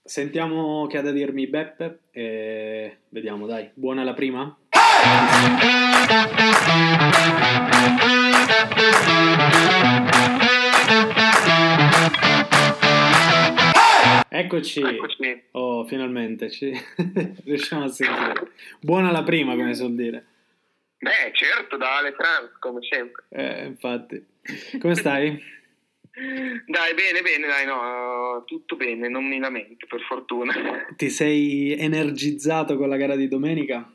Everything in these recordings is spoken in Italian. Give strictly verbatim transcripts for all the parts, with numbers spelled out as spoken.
Sentiamo che ha da dirmi Beppe e vediamo, dai. Buona la prima? Eccoci. Eccoci. Oh, finalmente ci riusciamo a sentire. Buona la prima, come si suol dire. Beh, certo, da Ale France, come sempre. Eh, infatti. Come stai? Dai, bene, bene, dai, no, tutto bene, non mi lamento, per fortuna. Ti sei energizzato con la gara di domenica?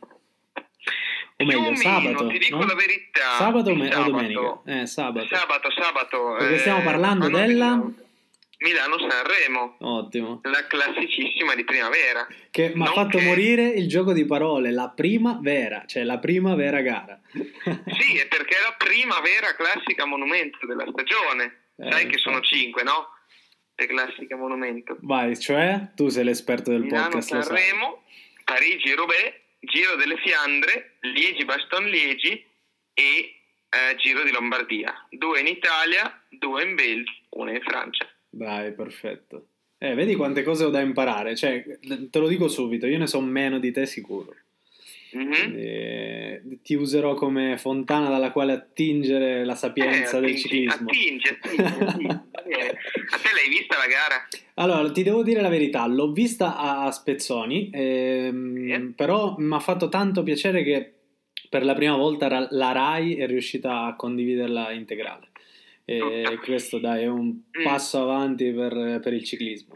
O meglio, Più o sabato, meno, ti dico no? la verità. Sabato o, me- o sabato. domenica? Eh, sabato. Sabato, sabato. Perché eh, stiamo parlando ah, no, della... Milano-Sanremo. Ottimo. La classicissima di primavera. Che mi ha fatto Nonché- morire il gioco di parole, la primavera, cioè la prima vera gara. Sì, è perché è la prima vera classica monumento della stagione. Eh, Sai che infatti. sono cinque, no? Le classiche monumento. Vai, cioè, tu sei l'esperto del podcast, lo sai. Milano-Sanremo, Parigi-Roubaix, Giro delle Fiandre, Liegi-Bastogne-Liegi e eh, Giro di Lombardia. Due in Italia, due in Belgio, una in Francia. Dai, perfetto. Eh, vedi quante cose ho da imparare, cioè, te lo dico subito, io ne so meno di te sicuro. Mhm. Quindi, ti userò come fontana dalla quale attingere la sapienza Eh, del attingi, ciclismo. attingi, attingi, attingi. Va bene. A te l'hai vista la gara? Allora, ti devo dire la verità, l'ho vista a spezzoni, ehm, Sì. però mi ha fatto tanto piacere che per la prima volta ra- la Rai è riuscita a condividerla integrale. E Tutta. questo, dai, è un Mm. passo avanti per, per il ciclismo.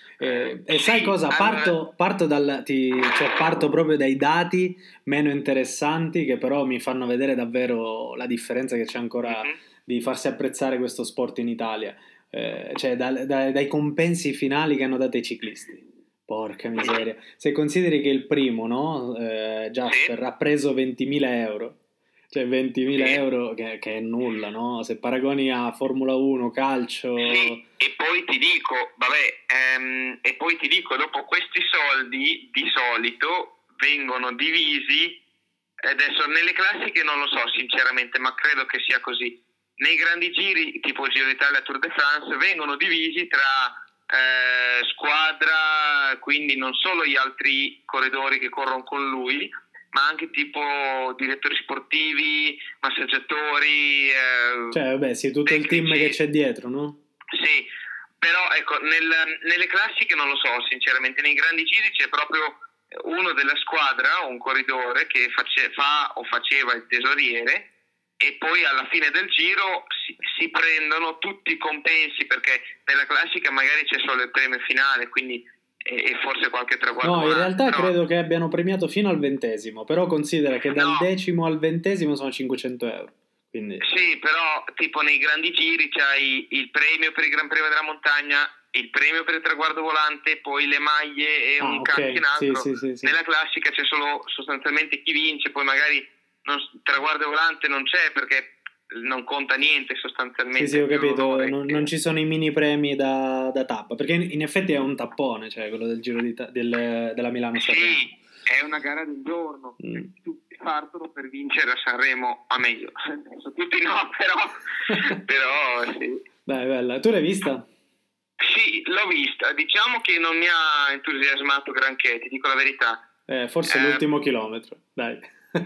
E, e Sì, sai cosa? allora- Parto, parto, dal, ti- cioè, parto proprio dai dati meno interessanti che però mi fanno vedere davvero la differenza che c'è ancora Mhm. di farsi apprezzare questo sport in Italia. Eh, cioè da- da- dai compensi finali che hanno dato i ciclisti. Porca miseria. Se consideri che il primo, no? Eh, Jasper, ha preso ventimila euro. Cioè ventimila Sì. euro che, che è nulla, no? Se paragoni a Formula uno, calcio... Sì, e poi ti dico, vabbè, ehm, e poi ti dico, dopo questi soldi di solito vengono divisi, adesso nelle classiche non lo so sinceramente, ma credo che sia così. Nei grandi giri, tipo Giro d'Italia, Tour de France, vengono divisi tra eh, squadra, quindi non solo gli altri corridori che corrono con lui, ma anche tipo direttori sportivi, massaggiatori. eh, Cioè, vabbè, sì, tutto il team tecnici. che c'è dietro, no? Sì, però ecco, nel- nelle classiche non lo so sinceramente, nei grandi giri c'è proprio uno della squadra, un corridore che face- fa o faceva il tesoriere e poi alla fine del giro si, si prendono tutti i compensi, perché nella classica magari c'è solo il premio finale, quindi e, e forse qualche traguardo. No, in volante, realtà però- credo che abbiano premiato fino al ventesimo, però considera che dal No. decimo al ventesimo sono cinquecento euro. Quindi... Sì, però tipo nei grandi giri c'hai il premio per il Gran Premio della Montagna, il premio per il traguardo volante, poi le maglie e Ah, un ok, cacchio in altro. sì, sì, sì, sì. Nella classica c'è solo sostanzialmente chi vince, poi magari non, traguardo volante non c'è perché non conta niente sostanzialmente. Sì, sì, ho più capito, l'onore non, che- non ci sono i mini premi da, da tappa, perché in, in effetti è un tappone, cioè quello del Giro di, Ta- del- della Milano Sanremo. Sì, è una gara del giorno, Mm. tutti partono per vincere a Sanremo, a meglio. Adesso tutti no, però, però sì. Dai, bella. Tu l'hai vista? Sì, l'ho vista, diciamo che non mi ha entusiasmato granché, ti dico la verità. Eh, forse Eh. l'ultimo chilometro, dai.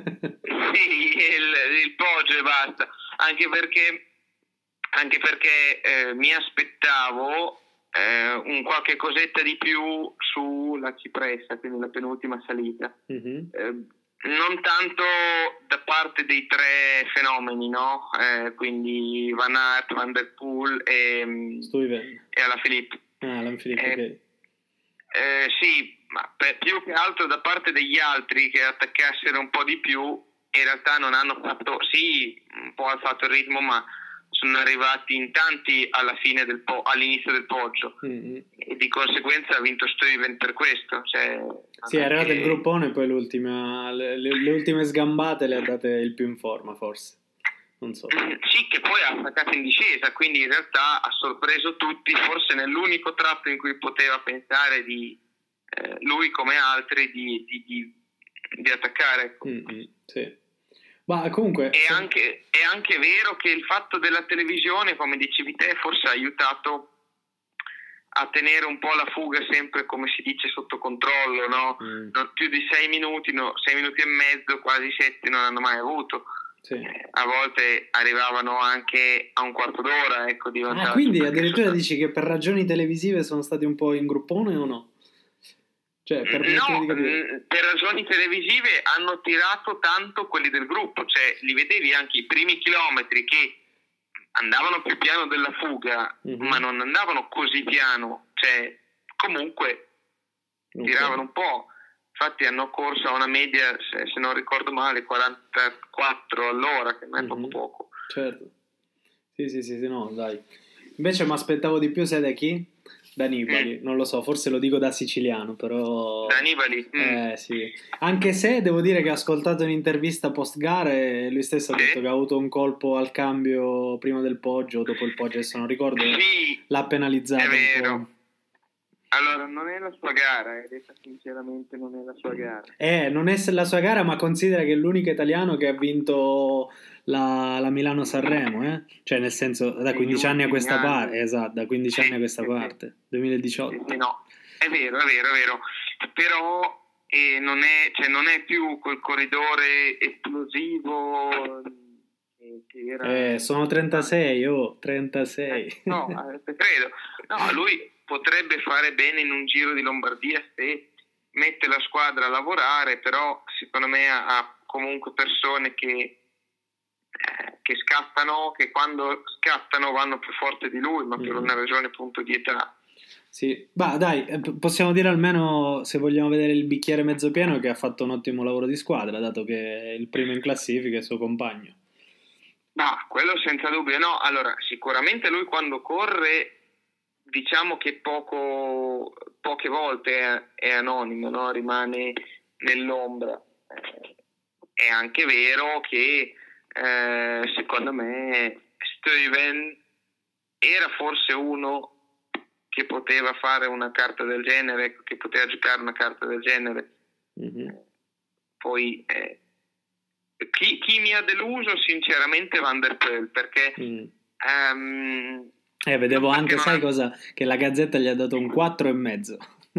Sì, il, il poggio e basta, anche perché, anche perché eh, mi aspettavo eh, un qualche cosetta di più sulla cipressa, quindi la penultima salita. Mhm. Eh, non tanto da parte dei tre fenomeni, no? Eh, quindi Van Aert, Van der Poel e, Stuyven. e Alaphilippe. Ah, Lanfilippo, Eh, ok. Eh, sì, ma per- più che altro da parte degli altri che attaccassero un po' di più, in realtà non hanno fatto, sì, un po' hanno fatto il ritmo, ma sono arrivati in tanti alla fine del po- all'inizio del poggio Mhm. e di conseguenza ha vinto Stuyven per questo. Cioè, Sì, è arrivato il che- gruppone e poi l'ultima, le, le- le ultime sgambate le ha date il più in forma, forse. Non so. Sì, che poi ha attaccato in discesa, quindi in realtà ha sorpreso tutti, forse nell'unico tratto in cui poteva pensare di eh, lui come altri di, di, di, di attaccare. Ecco. Mm-mm, sì. Ma comunque... È se- anche, è anche vero che il fatto della televisione, come dicevi te, forse ha aiutato a tenere un po' la fuga sempre, come si dice, sotto controllo, no? Mm. Non più di sei minuti, no? Sei minuti e mezzo, quasi sette, non hanno mai avuto. Sì. Eh, a volte arrivavano anche a un quarto d'ora, ecco. Ah, quindi addirittura dici che per ragioni televisive sono stati un po' in gruppone o no? Cioè, per no, per ragioni televisive hanno tirato tanto quelli del gruppo, cioè li vedevi anche i primi chilometri che andavano più piano della fuga, mm-hmm. ma non andavano così piano, cioè comunque okay. tiravano un po'. Infatti hanno corso a una media, se, se non ricordo male, quarantaquattro all'ora, che non è mm-hmm. poco poco. Certo. Sì, sì, sì, sì, no, dai. Invece mi aspettavo di più, sai da chi? Da Nibali, mm. non lo so, forse lo dico da siciliano, però... Da Nibali? Mm. Eh, sì. Anche se devo dire che ho ascoltato un'intervista post gara e lui stesso ha sì. detto che ha avuto un colpo al cambio prima del poggio o dopo il poggio, adesso non ricordo, sì, l'ha penalizzato è vero. un po'. Allora, non è la sua gara, eh, detta sinceramente non è la sua gara. Eh, non è la sua gara, ma considera che è l'unico italiano che ha vinto la, la Milano-Sanremo, eh? Cioè nel senso, da quindici anni a questa parte, esatto, da quindici sì, anni a questa sì, parte, duemiladiciotto. Sì, no, è vero, è vero, è vero, però eh, non, è, cioè, non è più quel corridore esplosivo che era... Eh, sono trentasei, oh, trentasei. Eh, no, eh, credo. No, lui potrebbe fare bene in un Giro di Lombardia se mette la squadra a lavorare, però secondo me ha comunque persone che, eh, che scattano, che quando scattano vanno più forte di lui, ma per mm. una ragione appunto di età. Sì, bah dai, possiamo dire almeno, se vogliamo vedere il bicchiere mezzo pieno, che ha fatto un ottimo lavoro di squadra, dato che il primo in classifica è il suo compagno. Ma quello senza dubbio, no, allora sicuramente lui quando corre diciamo che poco, poche volte è, è anonimo, no? Rimane nell'ombra. Eh, è anche vero che eh, secondo me Stuyven era forse uno che poteva fare una carta del genere, che poteva giocare una carta del genere. Mm-hmm. Poi eh, chi, chi mi ha deluso sinceramente Van der Poel, perché mm. um, Eh, vedevo anche, sai ha... cosa? Che la Gazzetta gli ha dato un quattro e mezzo.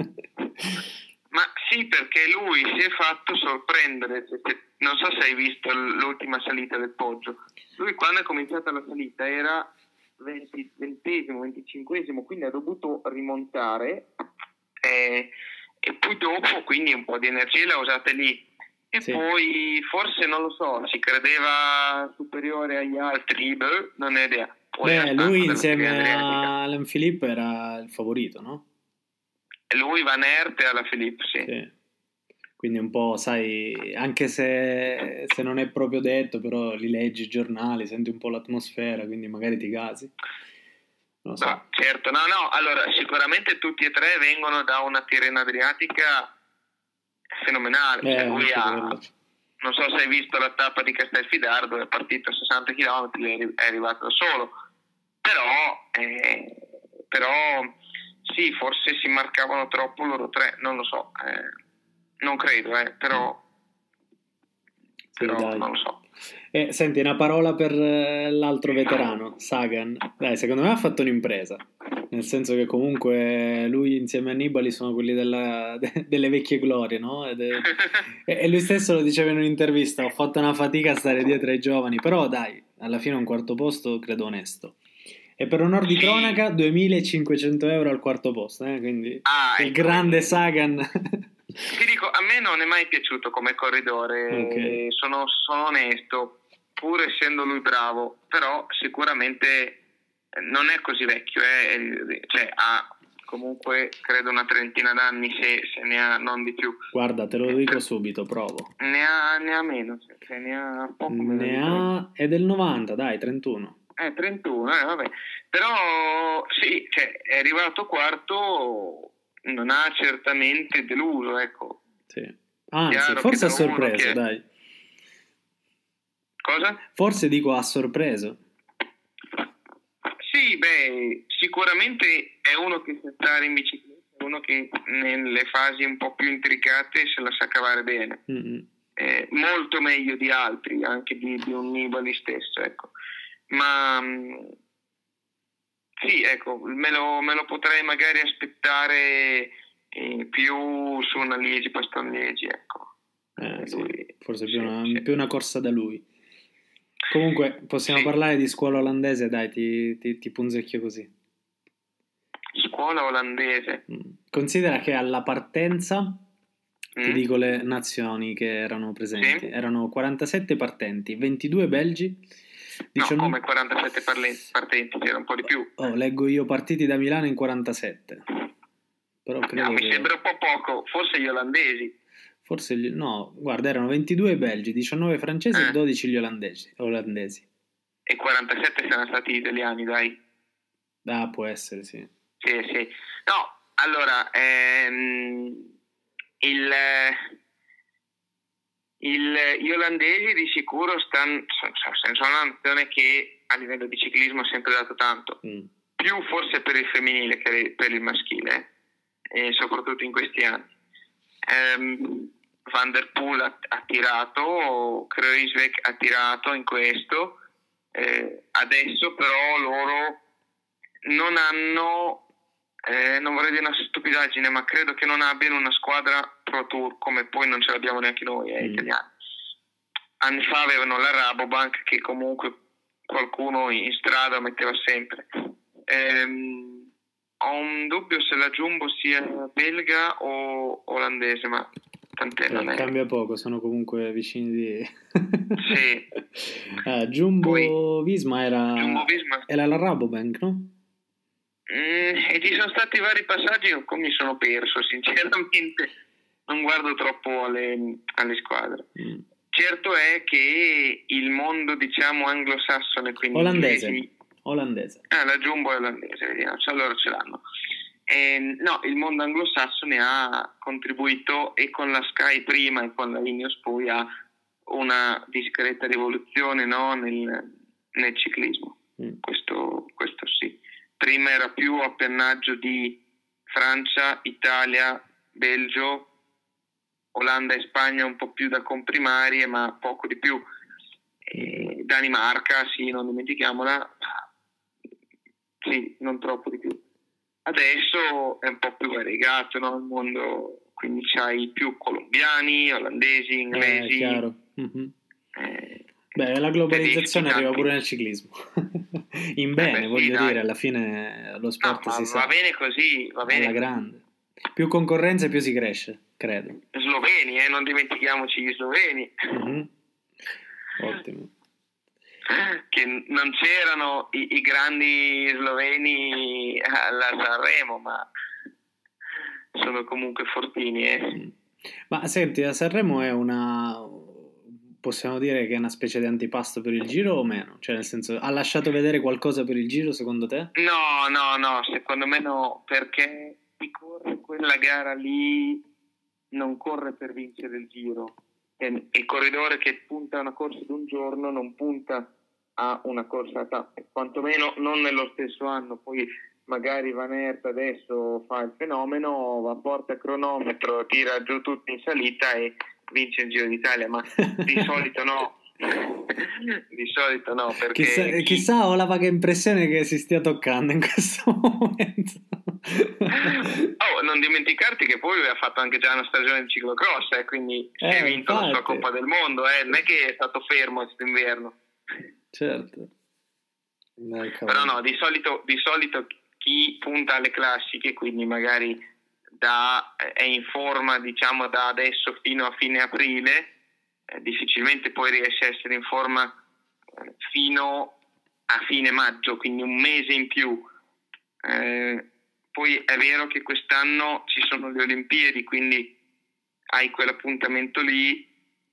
Ma sì, perché lui si è fatto sorprendere. Non so se hai visto l'ultima salita del Poggio. Lui quando è cominciata la salita era venti, ventesimo, venticinquesimo, quindi ha dovuto rimontare eh, e poi dopo quindi un po' di energia l'ha usata lì. E sì. Poi forse, non lo so, si credeva superiore agli altri, beh, non ho idea. Beh, lui insieme a Alain Philippe era il favorito, no? Lui, Van Aert e Alain Philippe, sì. sì. Quindi un po', sai, anche se, se non è proprio detto, però li leggi i giornali, senti un po' l'atmosfera, quindi magari ti gasi. Non lo so. No, certo, no, no, allora sicuramente tutti e tre vengono da una Tirrena Adriatica fenomenale. Eh, cioè, lui ha... quello. Non so se hai visto la tappa di Castelfidardo, è partito a sessanta chilometri, è arrivato da solo. Però, eh, però sì, forse si marcavano troppo loro tre, non lo so, eh, non credo, eh, però, sì, però dai. non lo so. Eh, senti, una parola per l'altro veterano, Sagan. Dai, secondo me ha fatto un'impresa, nel senso che comunque lui insieme a Nibali sono quelli della, de, delle vecchie glorie, no? Ed è, e lui stesso lo diceva in un'intervista, ho fatto una fatica a stare dietro ai giovani, però dai, alla fine un quarto posto credo onesto. E per onor di cronaca duemilacinquecento euro al quarto posto, eh? Quindi ah, il grande Sagan. Ti dico, a me non è mai piaciuto come corridore, okay. sono, sono onesto, pur essendo lui bravo, però sicuramente non è così vecchio, eh? Cioè ha comunque credo una trentina d'anni, se, se ne ha, non di più. Guarda, te lo dico subito, provo. Ne ha, ne ha meno, cioè ne ha poco meno. Ne ha, è del novanta, dai, trentuno. Eh, trentuno, eh, vabbè. Però sì, cioè, è arrivato quarto, non ha certamente deluso, ecco. Sì. Anzi, forse ha sorpreso, che... dai. Cosa? Forse dico ha sorpreso. Sì, beh, sicuramente è uno che sa stare in bicicletta, è uno che nelle fasi un po' più intricate se la sa cavare bene. Mm-hmm. Eh, molto meglio di altri, anche di, di un Nibali stesso, ecco. Ma sì, ecco, me lo, me lo potrei magari aspettare eh, più su una Liegi-Bastogne-Liegi, ecco. Eh, sì, Lui, forse più sì, una, sì. più una corsa da lui. Comunque, possiamo Sì. parlare di scuola olandese, dai, ti, ti, ti punzecchio così. Scuola olandese. Mm. Considera che alla partenza, ti Mm? dico le nazioni che erano presenti, Sì? erano quarantasette partenti, ventidue belgi, No, diciannove... come quarantasette parle- partenti, c'era un po' di più. Oh, leggo io partiti da Milano in quarantasette. Però credo No, mi che... sembra un po' poco, forse gli olandesi. Forse... Gli... No, guarda, erano ventidue belgi, diciannove francesi e Eh, dodici gli olandesi. olandesi. e quarantasette saranno stati italiani, dai. Ah, può essere, sì. Sì, sì. No, allora, ehm, il, il, gli olandesi di sicuro stanno, sono, sono una nazione che a livello di ciclismo ha sempre dato tanto, Mm. più forse per il femminile che per il maschile, eh, soprattutto in questi anni. Ehm, Van der Poel ha, ha tirato, Kruijswijk ha tirato in questo, eh, adesso però loro non hanno, eh, non vorrei dire una stupidaggine, ma credo che non abbiano una squadra Pro Tour come poi non ce l'abbiamo neanche noi, eh, Mm. italiani. Anni fa avevano la Rabobank che comunque qualcuno in strada metteva sempre. Ehm, ho un dubbio se la Jumbo sia belga o olandese, ma tant'è, non Eh, è. cambia poco, sono comunque vicini di... Sì. Ah, Jumbo Poi, Visma era... Jumbo Visma. era la Rabobank, no? Mm, e ci sono stati vari passaggi con cui mi sono perso, sinceramente non guardo troppo alle, alle squadre. Mm. Certo è che il mondo, diciamo, anglosassone, quindi Olandese. inglesi, Olandese. ah, la Jumbo è olandese, vediamo, cioè, allora ce l'hanno. Eh, no, il mondo anglosassone ha contribuito, e con la Sky prima e con la Ineos poi, a una discreta rivoluzione, no, nel, nel ciclismo. Mm. Questo, questo sì. Prima era più appennaggio di Francia, Italia, Belgio, Olanda e Spagna un po' più da comprimarie, ma poco di più. E Danimarca, sì, non dimentichiamola, sì, non troppo di più. Adesso è un po' più variegato, no, il mondo, quindi c'hai più colombiani, olandesi, inglesi. Eh, chiaro. Mm-hmm. Eh, Beh, la globalizzazione tedeschi, arriva tanti. pure nel ciclismo. In bene, Eh beh, sì, voglio dai. dire, alla fine lo No, sport ma si sa. va bene così, va bene Alla così. grande. Più concorrenza più si cresce, credo. Sloveni, eh, non dimentichiamoci gli sloveni. Mm-hmm. Ottimo. Che non c'erano i, i grandi sloveni alla Sanremo, ma sono comunque fortini. Eh. Ma senti, a Sanremo è una... possiamo dire che è una specie di antipasto per il Giro o meno? Cioè, nel senso, ha lasciato vedere qualcosa per il Giro secondo te? No, no, no, secondo me no, perché chi corre quella gara lì non corre per vincere il Giro. E il corridore che punta a una corsa di un giorno non punta a una corsa a tappe, quantomeno non nello stesso anno. Poi magari Van Aert adesso fa il fenomeno, va a porta cronometro, tira giù tutti in salita e vince il Giro d'Italia, ma di solito no. Di solito no, perché chissà, chi... chissà, ho la vaga impressione che si stia toccando in questo momento. Oh, non dimenticarti che poi lui ha fatto anche già una stagione di ciclocross, eh, quindi Eh, si è vinto infatti. la sua Coppa del Mondo, eh, non è che è stato fermo quest'inverno. Certo. Dai, Però no, di solito, di solito chi punta alle classiche, quindi magari da, è in forma, diciamo, da adesso fino a fine aprile, eh, difficilmente poi riesce a essere in forma eh, fino a fine maggio, quindi un mese in più. Eh, poi è vero che quest'anno ci sono le Olimpiadi, quindi hai quell'appuntamento lì,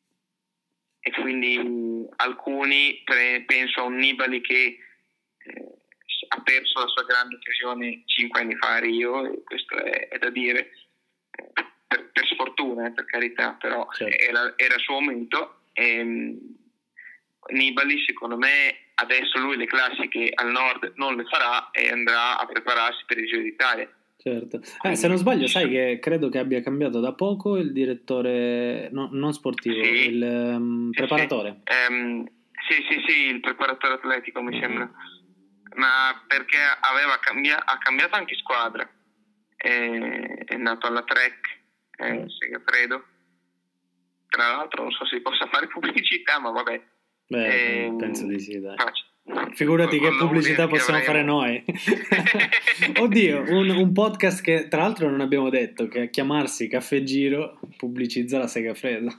e quindi alcuni, pre, penso a un Nibali che eh, ha perso la sua grande occasione cinque anni fa a Rio, e questo è, è da dire, eh, per, per sfortuna, eh, per carità, però certo. era, era il suo momento. E, um, Nibali secondo me adesso lui le classiche al nord non le farà e andrà a prepararsi per il Giro d'Italia. Certo. Eh, se non sbaglio, sai che credo che abbia cambiato da poco il direttore, no, non sportivo, sì, il um, sì, preparatore. sì. Um, sì, sì, sì, il preparatore atletico mi mm-hmm. sembra. ma perché aveva cambia- ha cambiato anche squadra, è, è andato alla Trek, eh, Segafredo. Tra l'altro non so se possa fare pubblicità, ma vabbè. Beh, eh, penso di sì, dai. faccio. Figurati che pubblicità possiamo fare noi. Oddio, un, un podcast che tra l'altro non abbiamo detto, che a chiamarsi Caffè Giro pubblicizza la Segafredo.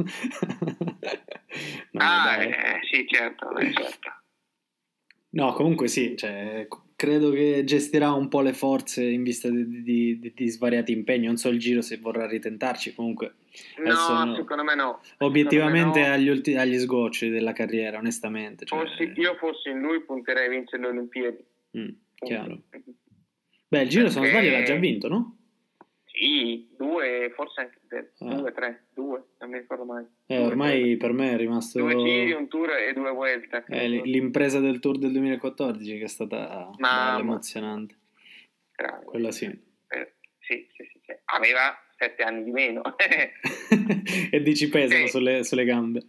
No, ah, dai. eh, sì, certo, eh, certo. No, comunque sì, cioè, credo che gestirà un po' le forze in vista di, di- di- di svariati impegni. Non so il Giro se vorrà ritentarci, comunque adesso No, no. secondo me no. Obiettivamente Secondo me no. agli, ulti- agli sgocci della carriera, onestamente. Cioè... Fossi, io fossi in lui punterei a vincere le Olimpiadi. Mm, chiaro. Beh, il Giro Perché... se non sbaglio l'ha già vinto, no? Sì, due, forse anche tre, Ah. due, tre, due, non mi ricordo mai. Eh, Due, ormai tre. per me è rimasto Due giri, un tour e due vuelta. eh, l- l'impresa del Tour del duemilaquattordici che è stata Mamma. bella, emozionante. Grande. Quella sì. Eh, sì, sì, sì, sì. Aveva sette anni di meno. E dici pesano Eh. sulle, sulle gambe.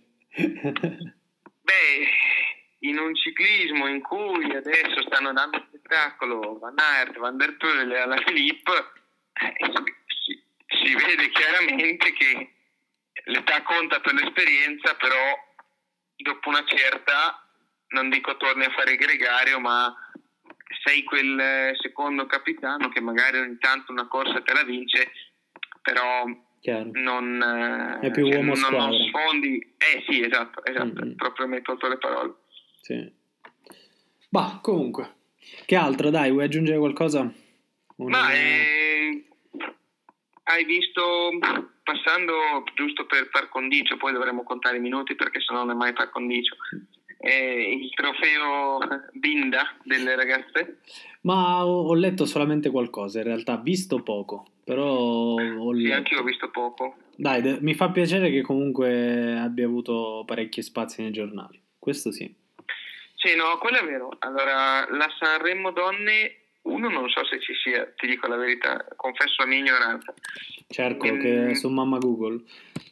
Beh, in un ciclismo in cui adesso stanno dando spettacolo Van Aert, Van der Poel e Alaphilippe, eh, si, si vede chiaramente che l'età conta per l'esperienza, però dopo una certa, non dico torni a fare il gregario, ma sei quel secondo capitano che magari ogni tanto una corsa te la vince, però Chiaro. non, È più cioè, uomo non, squadra. non sfondi. Eh sì, esatto, esatto, Mm-hmm. proprio mi hai tolto le parole. Sì. Bah, comunque, che altro, dai, vuoi aggiungere qualcosa? Una... Ma eh, hai visto, passando giusto per par condicio, poi dovremmo contare i minuti perché sennò non è mai par condicio, eh, il trofeo Binda delle ragazze? Ma ho, ho letto solamente qualcosa, in realtà, visto poco, però ho Sì, letto. anche io ho visto poco. Dai, de- mi fa piacere che comunque abbia avuto parecchi spazi nei giornali, questo sì. Sì, no, quello è vero. Allora, la Sanremo Donne, uno non so se ci sia, ti dico la verità, confesso la mia ignoranza. Cerco Ehm, che su mamma Google.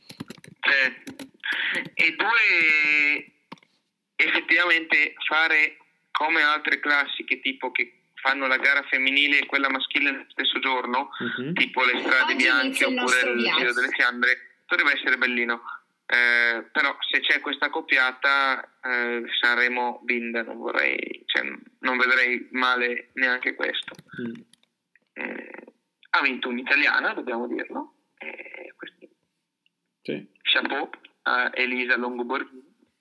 Eh, e due, effettivamente fare come altre classiche, tipo che fanno la gara femminile e quella maschile nello stesso giorno, Mhm. tipo le strade Oggi bianche inizia il oppure nostro il viaggio. Giro delle Fiandre, dovrebbe essere bellino. Eh, però se c'è questa coppiata, eh, Sanremo Binda, non vorrei, cioè, non vedrei male neanche questo. Mm. Eh, ha vinto un'italiana, dobbiamo dirlo. Eh, questi Sì. chapeau a Elisa Longoborghini,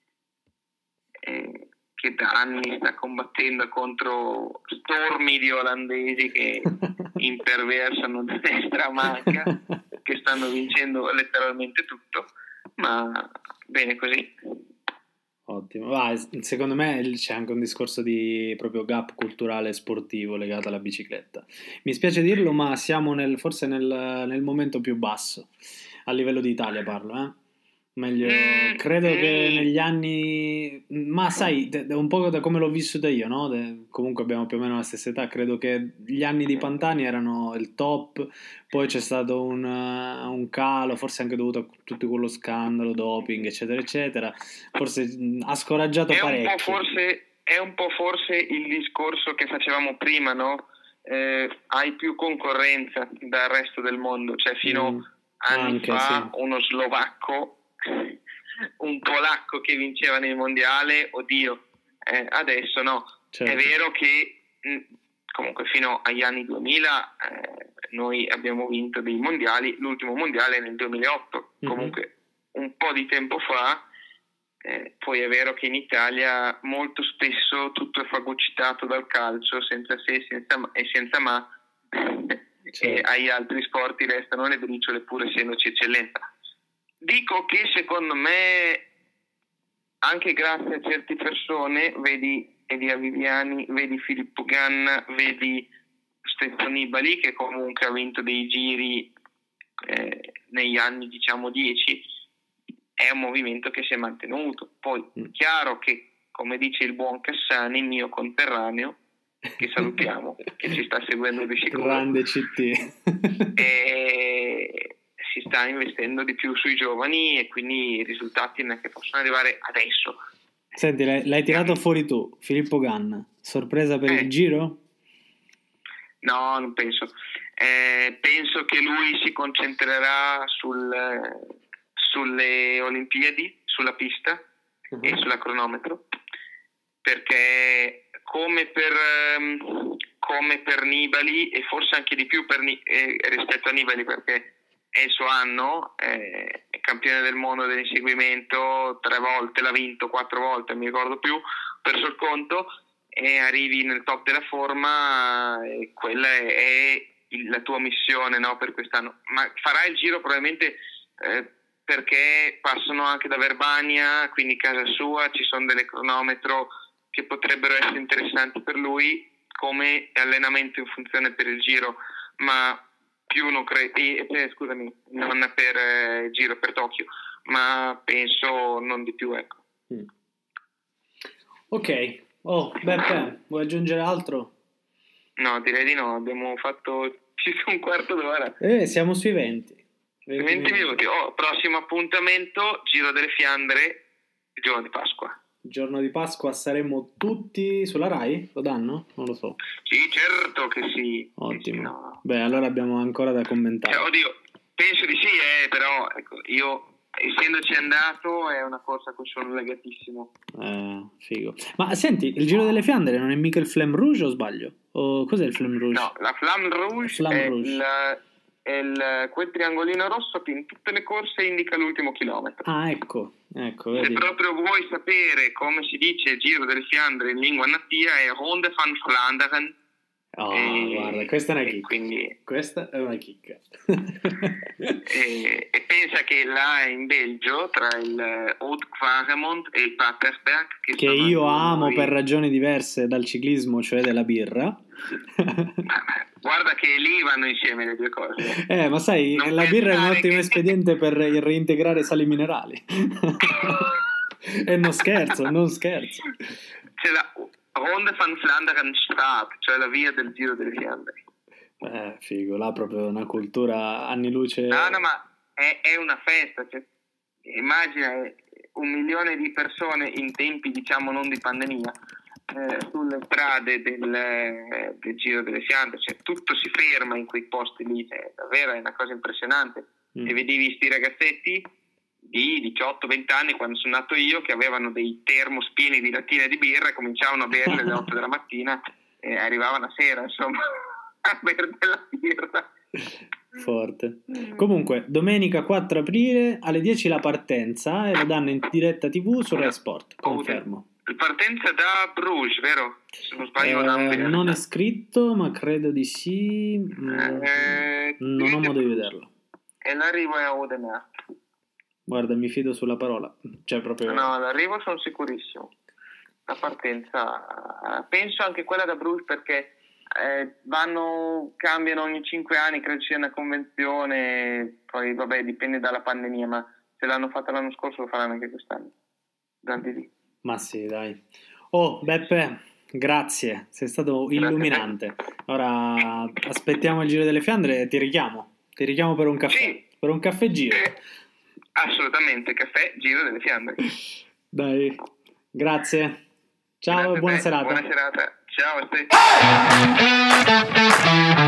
eh, che da anni sta combattendo contro stormi di olandesi che imperversano da destra a manca, che stanno vincendo letteralmente tutto, ma bene così. Ottimo. Va, secondo me c'è anche un discorso di proprio gap culturale e sportivo legato alla bicicletta. Mi spiace dirlo, ma siamo nel, forse nel, nel momento più basso, a livello di Italia parlo, eh? Meglio, Mm, credo mm. che negli anni, ma sai, de- de- un po' da come l'ho vissuta io, no? De- comunque abbiamo più o meno la stessa età, credo che gli anni di Pantani erano il top, poi c'è stato un, uh, un calo, forse anche dovuto a tutto quello scandalo, doping, eccetera, eccetera, forse mh, ha scoraggiato È un po' parecchio. forse, è un po' forse il discorso che facevamo prima, no? Eh, hai più concorrenza dal resto del mondo, cioè fino Mm, a anni anche, fa sì. uno slovacco, un polacco che vinceva nel mondiale, oddio, eh, adesso no. Certo. È vero che mh, comunque fino agli anni duemila eh, noi abbiamo vinto dei mondiali, l'ultimo mondiale nel duemilaotto, Mhm. comunque un po' di tempo fa. Eh, poi è vero che in Italia molto spesso tutto è fagocitato dal calcio, senza se senza ma, e senza ma, e Certo. agli altri sport restano le briciole pur essendoci eccellenza. Dico che secondo me, anche grazie a certe persone, vedi Elia Viviani, vedi Filippo Ganna, vedi Stefano Nibali, che comunque ha vinto dei giri eh, negli anni diciamo dieci, è un movimento che si è mantenuto. Poi Mm. chiaro che, come dice il buon Cassani, mio conterraneo, che salutiamo, che ci sta seguendo di sicuro, Grande C T. e si sta investendo di più sui giovani e quindi i risultati non è che possono arrivare adesso. Senti, l'hai, l'hai tirato fuori tu, Filippo Ganna. Sorpresa per Eh. il Giro? No, non penso. Eh, penso che lui si concentrerà sul, sulle Olimpiadi, sulla pista Uh-huh. e sulla cronometro, perché come per, ehm, come per Nibali, e forse anche di più per Ni- eh, rispetto a Nibali, perché è il suo anno, eh, è campione del mondo dell'inseguimento, tre volte l'ha vinto, quattro volte, non mi ricordo più, ho perso il conto, e arrivi nel top della forma, e quella è, è il- la tua missione, no, per quest'anno. Ma farà il Giro probabilmente eh, perché passano anche da Verbania, quindi casa sua, ci sono delle cronometro che potrebbero essere interessanti per lui come allenamento in funzione per il Giro, ma più non credo, eh, eh, scusami, non per eh, il Giro, per Tokyo, ma penso non di più, ecco. Mm. Ok, oh, Beppe, vuoi aggiungere altro? No, direi di no, abbiamo fatto circa un quarto d'ora. Eh, siamo sui venti. venti minuti. Oh, prossimo appuntamento, Giro delle Fiandre, il giorno di Pasqua. Il giorno di Pasqua saremo tutti sulla Rai? Lo danno? Non lo so. Sì, certo che sì. Ottimo. Sì, sì, no. Beh, allora abbiamo ancora da commentare. Cioè, oddio, penso di sì, eh, però ecco, io essendoci andato è una corsa a cui sono legatissimo. Eh, figo. Ma senti, il Giro delle Fiandre non è mica il Flamme Rouge o sbaglio? O cos'è il Flamme Rouge? No, la Flamme Rouge, Flamme è, Rouge. Il, è il, quel triangolino rosso che in tutte le corse indica l'ultimo chilometro. Ah, ecco, ecco, Se vedi. proprio vuoi sapere come si dice Giro delle Fiandre in lingua natia, è Ronde van Vlaanderen. Oh, E- guarda, questa è una e chicca. quindi Questa è una chicca. E, e pensa che là in Belgio, tra il Haut-Quaremont e il Patersberg, che, Che sono io due- amo per ragioni diverse dal ciclismo, cioè della birra. Ma- guarda che lì vanno insieme le due cose. Eh, ma sai, Non la birra è un pensare ottimo che- espediente per reintegrare sali minerali. E non scherzo, non scherzo. C'è la Ronde van Vlaanderen Straat, cioè la via del Giro delle Fiandre. Eh, figo, là proprio una cultura anni luce. No, no, ma è, è una festa. Cioè, immagina eh, un milione di persone in tempi, diciamo, non di pandemia, eh, sulle strade del, eh, del Giro delle Fiandre. Cioè, tutto si ferma in quei posti lì. Cioè, davvero è una cosa impressionante. Mm. E vedevi sti ragazzetti di diciotto venti anni, quando sono nato io, che avevano dei termos pieni di lattine di birra e cominciavano a berle alle otto della mattina e arrivavano a sera, insomma, a bere della birra. Forte. Comunque, domenica quattro aprile alle dieci la partenza e la danno in diretta tivù su Rai Sport, confermo. Partenza da Bruges, vero? Se non sbaglio, da Eh, Anversa. non è scritto, ma credo di sì. Mm, Eh, non ho modo di vederlo. E l'arrivo è a Oudenaarde. Guarda, mi fido sulla parola. Cioè, proprio. No, l'arrivo sono sicurissimo. La partenza, penso anche quella da Bruges, perché eh, vanno, cambiano ogni cinque anni, credo sia una convenzione, poi vabbè dipende dalla pandemia, ma se l'hanno fatta l'anno scorso lo faranno anche quest'anno. Da di lì. Ma sì, dai. Oh, Beppe, grazie, sei stato illuminante. Ora aspettiamo il Giro delle Fiandre e ti richiamo. Ti richiamo per un caffè. Sì. Per un caffè giro. Eh, assolutamente, caffè Giro delle Fiandre. Dai, grazie. Ciao Grazie e a buona te, serata. Buona serata. Ciao a te.